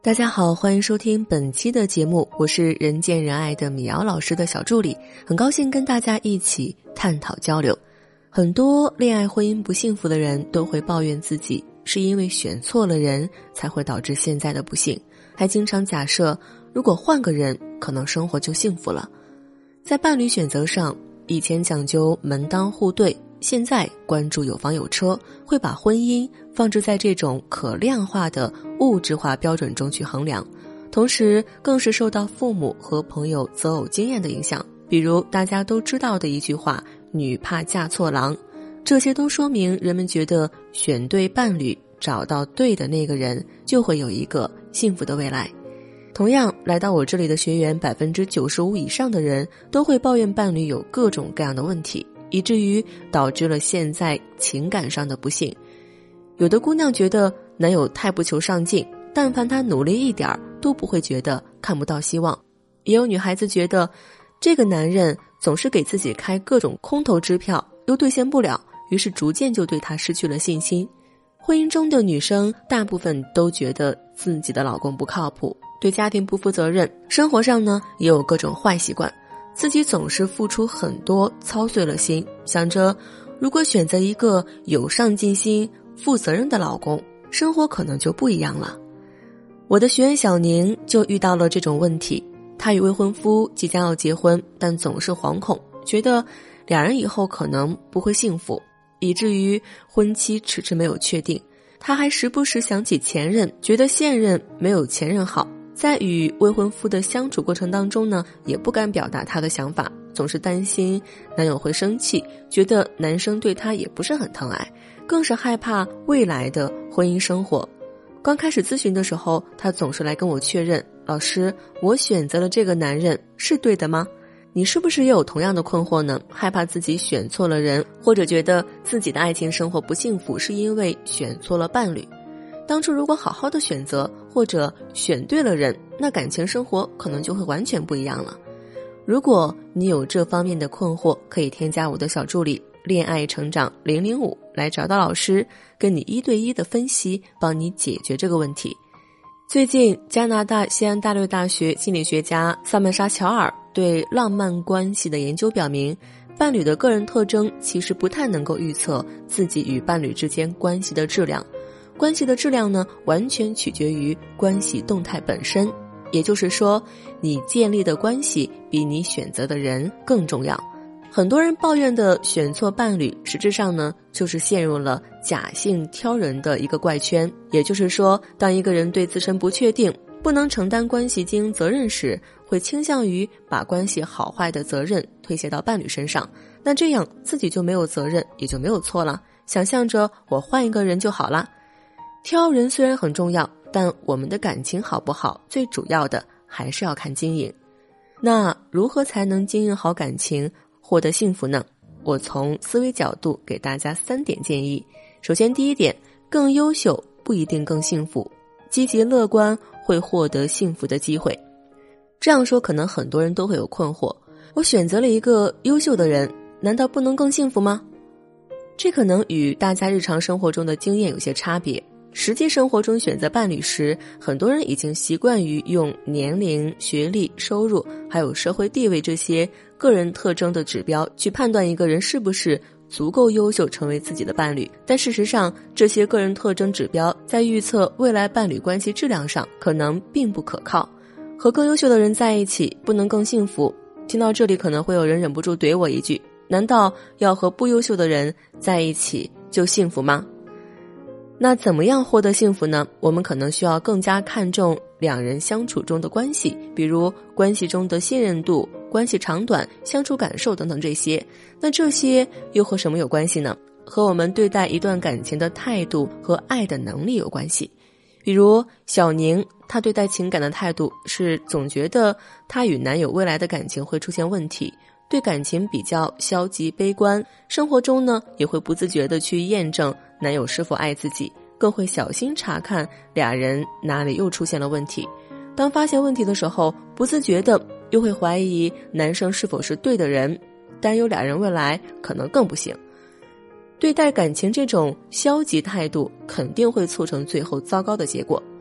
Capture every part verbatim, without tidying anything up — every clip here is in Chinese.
大家好，欢迎收听本期的节目，我是人见人爱的米瑶老师的小助理，很高兴跟大家一起探讨交流。很多恋爱婚姻不幸福的人都会抱怨自己是因为选错了人才会导致现在的不幸，还经常假设如果换个人可能生活就幸福了。在伴侣选择上，以前讲究门当户对，现在关注有房有车，会把婚姻放置在这种可量化的物质化标准中去衡量，同时更是受到父母和朋友择偶经验的影响，比如大家都知道的一句话，女怕嫁错郎。这些都说明人们觉得选对伴侣，找到对的那个人，就会有一个幸福的未来。同样，来到我这里的学员 百分之九十五 以上的人都会抱怨伴侣有各种各样的问题，以至于导致了现在情感上的不幸。有的姑娘觉得男友太不求上进，但凡他努力一点都不会觉得看不到希望。也有女孩子觉得这个男人总是给自己开各种空头支票，又兑现不了，于是逐渐就对他失去了信心。婚姻中的女生大部分都觉得自己的老公不靠谱，对家庭不负责任，生活上呢也有各种坏习惯，自己总是付出很多，操碎了心，想着如果选择一个有上进心、负责任的老公，生活可能就不一样了。我的学员小宁就遇到了这种问题，她与未婚夫即将要结婚，但总是惶恐，觉得两人以后可能不会幸福，以至于婚期迟迟没有确定。她还时不时想起前任，觉得现任没有前任好。在与未婚夫的相处过程当中呢，也不敢表达她的想法，总是担心男友会生气，觉得男生对她也不是很疼爱，更是害怕未来的婚姻生活。刚开始咨询的时候，她总是来跟我确认，老师，我选择了这个男人是对的吗？你是不是也有同样的困惑呢？害怕自己选错了人，或者觉得自己的爱情生活不幸福是因为选错了伴侣。当初如果好好的选择，或者选对了人，那感情生活可能就会完全不一样了。如果你有这方面的困惑，可以添加我的小助理恋爱成长零零五来找到老师，跟你一对一的分析，帮你解决这个问题。最近加拿大西安大略大学心理学家萨曼莎乔尔对浪漫关系的研究表明，伴侣的个人特征其实不太能够预测自己与伴侣之间关系的质量。关系的质量呢，完全取决于关系动态本身，也就是说，你建立的关系比你选择的人更重要。很多人抱怨的选错伴侣，实质上呢，就是陷入了假性挑人的一个怪圈。也就是说，当一个人对自身不确定，不能承担关系经营责任时，会倾向于把关系好坏的责任推卸到伴侣身上，那这样自己就没有责任，也就没有错了，想象着我换一个人就好了。挑人虽然很重要，但我们的感情好不好，最主要的还是要看经营。那如何才能经营好感情，获得幸福呢？我从思维角度给大家三点建议。首先，第一点，更优秀不一定更幸福，积极乐观会获得幸福的机会。这样说可能很多人都会有困惑，我选择了一个优秀的人，难道不能更幸福吗？这可能与大家日常生活中的经验有些差别。实际生活中选择伴侣时，很多人已经习惯于用年龄、学历、收入还有社会地位这些个人特征的指标去判断一个人是不是足够优秀成为自己的伴侣。但事实上，这些个人特征指标在预测未来伴侣关系质量上可能并不可靠。和更优秀的人在一起不能更幸福，听到这里可能会有人忍不住怼我一句，难道要和不优秀的人在一起就幸福吗？那怎么样获得幸福呢？我们可能需要更加看重两人相处中的关系，比如关系中的信任度、关系长短、相处感受等等这些。那这些又和什么有关系呢？和我们对待一段感情的态度和爱的能力有关系。比如小宁，她对待情感的态度是总觉得她与男友未来的感情会出现问题，对感情比较消极悲观，生活中呢也会不自觉地去验证男友是否爱自己，更会小心查看俩人哪里又出现了问题。当发现问题的时候，不自觉的又会怀疑男生是否是对的人，担忧俩人未来可能更不行。对待感情这种消极态度肯定会促成最后糟糕的结果。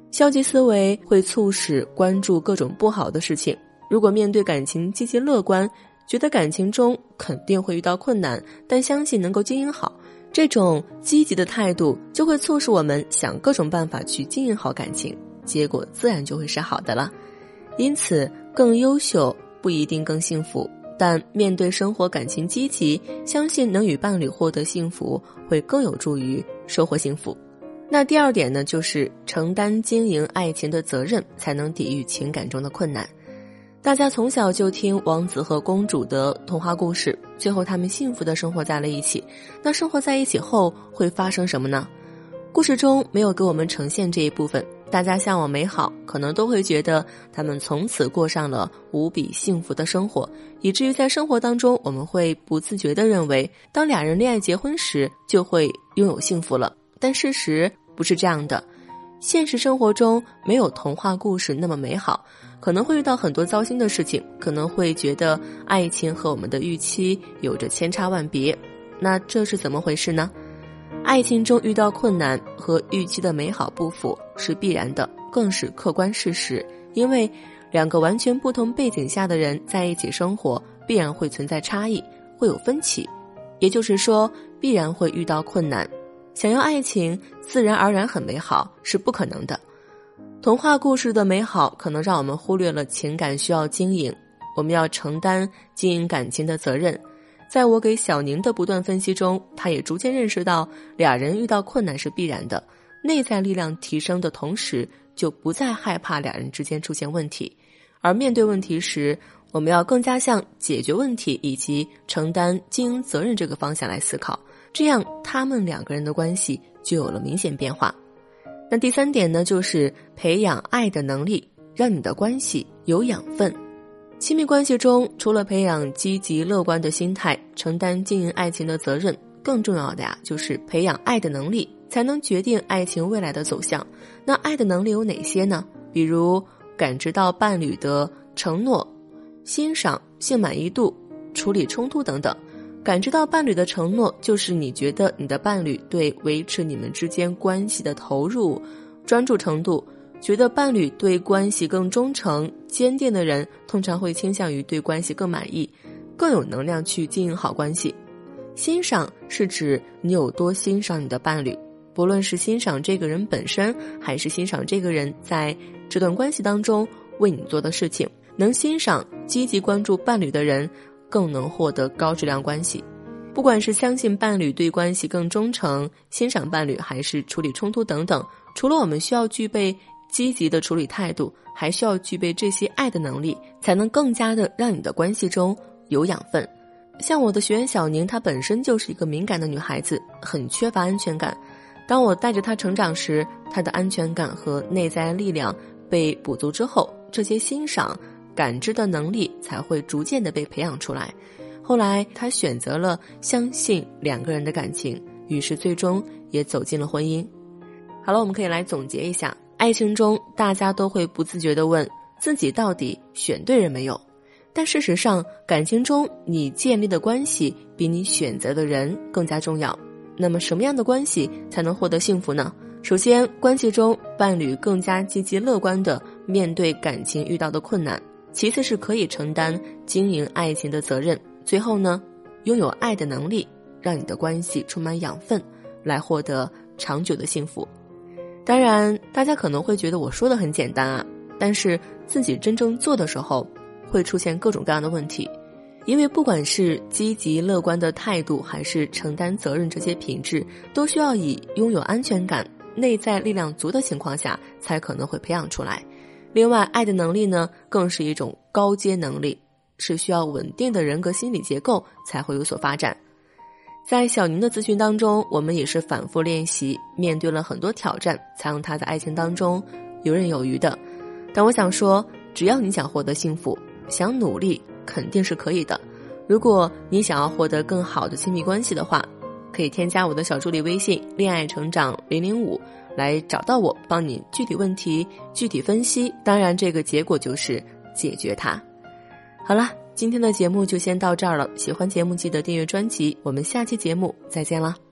消极思维会促使关注各种不好的事情，如果面对感情积极乐观，觉得感情中肯定会遇到困难，但相信能够经营好，这种积极的态度就会促使我们想各种办法去经营好感情，结果自然就会是好的了。因此，更优秀不一定更幸福，但面对生活感情积极，相信能与伴侣获得幸福，会更有助于收获幸福。那第二点呢，就是承担经营爱情的责任，才能抵御情感中的困难。大家从小就听王子和公主的童话故事，最后他们幸福地生活在了一起。那生活在一起后会发生什么呢？故事中没有给我们呈现这一部分，大家向往美好，可能都会觉得他们从此过上了无比幸福的生活，以至于在生活当中我们会不自觉地认为，当俩人恋爱结婚时就会拥有幸福了。但事实不是这样的，现实生活中没有童话故事那么美好，可能会遇到很多糟心的事情，可能会觉得爱情和我们的预期有着千差万别。那这是怎么回事呢？爱情中遇到困难和预期的美好不符是必然的，更是客观事实。因为两个完全不同背景下的人在一起生活，必然会存在差异，会有分歧，也就是说必然会遇到困难。想要爱情自然而然很美好是不可能的。童话故事的美好可能让我们忽略了情感需要经营，我们要承担经营感情的责任。在我给小宁的不断分析中，他也逐渐认识到俩人遇到困难是必然的，内在力量提升的同时，就不再害怕俩人之间出现问题。而面对问题时，我们要更加向解决问题以及承担经营责任这个方向来思考，这样他们两个人的关系就有了明显变化。那第三点呢，就是培养爱的能力，让你的关系有养分。亲密关系中，除了培养积极乐观的心态，承担经营爱情的责任，更重要的呀，就是培养爱的能力，才能决定爱情未来的走向。那爱的能力有哪些呢？比如感知到伴侣的承诺、欣赏、性满意度、处理冲突等等。感知到伴侣的承诺，就是你觉得你的伴侣对维持你们之间关系的投入、专注程度，觉得伴侣对关系更忠诚、坚定的人，通常会倾向于对关系更满意，更有能量去经营好关系。欣赏是指你有多欣赏你的伴侣，不论是欣赏这个人本身，还是欣赏这个人在这段关系当中为你做的事情。能欣赏、积极关注伴侣的人，更能获得高质量关系。不管是相信伴侣对关系更忠诚，欣赏伴侣，还是处理冲突等等，除了我们需要具备积极的处理态度，还需要具备这些爱的能力，才能更加的让你的关系中有养分。像我的学员小宁，她本身就是一个敏感的女孩子，很缺乏安全感。当我带着她成长时，她的安全感和内在力量被补足之后，这些欣赏、感知的能力才会逐渐的被培养出来。后来她选择了相信两个人的感情，于是最终也走进了婚姻。好了，我们可以来总结一下，爱情中大家都会不自觉地问自己到底选对人没有，但事实上感情中你建立的关系比你选择的人更加重要。那么什么样的关系才能获得幸福呢？首先，关系中伴侣更加积极乐观地面对感情遇到的困难，其次是可以承担经营爱情的责任，最后呢，拥有爱的能力，让你的关系充满养分，来获得长久的幸福。当然大家可能会觉得我说的很简单啊，但是自己真正做的时候会出现各种各样的问题。因为不管是积极乐观的态度，还是承担责任，这些品质都需要以拥有安全感、内在力量足的情况下才可能会培养出来。另外，爱的能力呢，更是一种高阶能力，是需要稳定的人格心理结构才会有所发展。在小宁的咨询当中，我们也是反复练习，面对了很多挑战，才让他在爱情当中游刃有余的。但我想说，只要你想获得幸福，想努力肯定是可以的。如果你想要获得更好的亲密关系的话，可以添加我的小助理微信恋爱成长零零五来找到我，帮你具体问题具体分析，当然这个结果就是解决它。好了，今天的节目就先到这儿了，喜欢节目记得订阅专辑，我们下期节目再见了。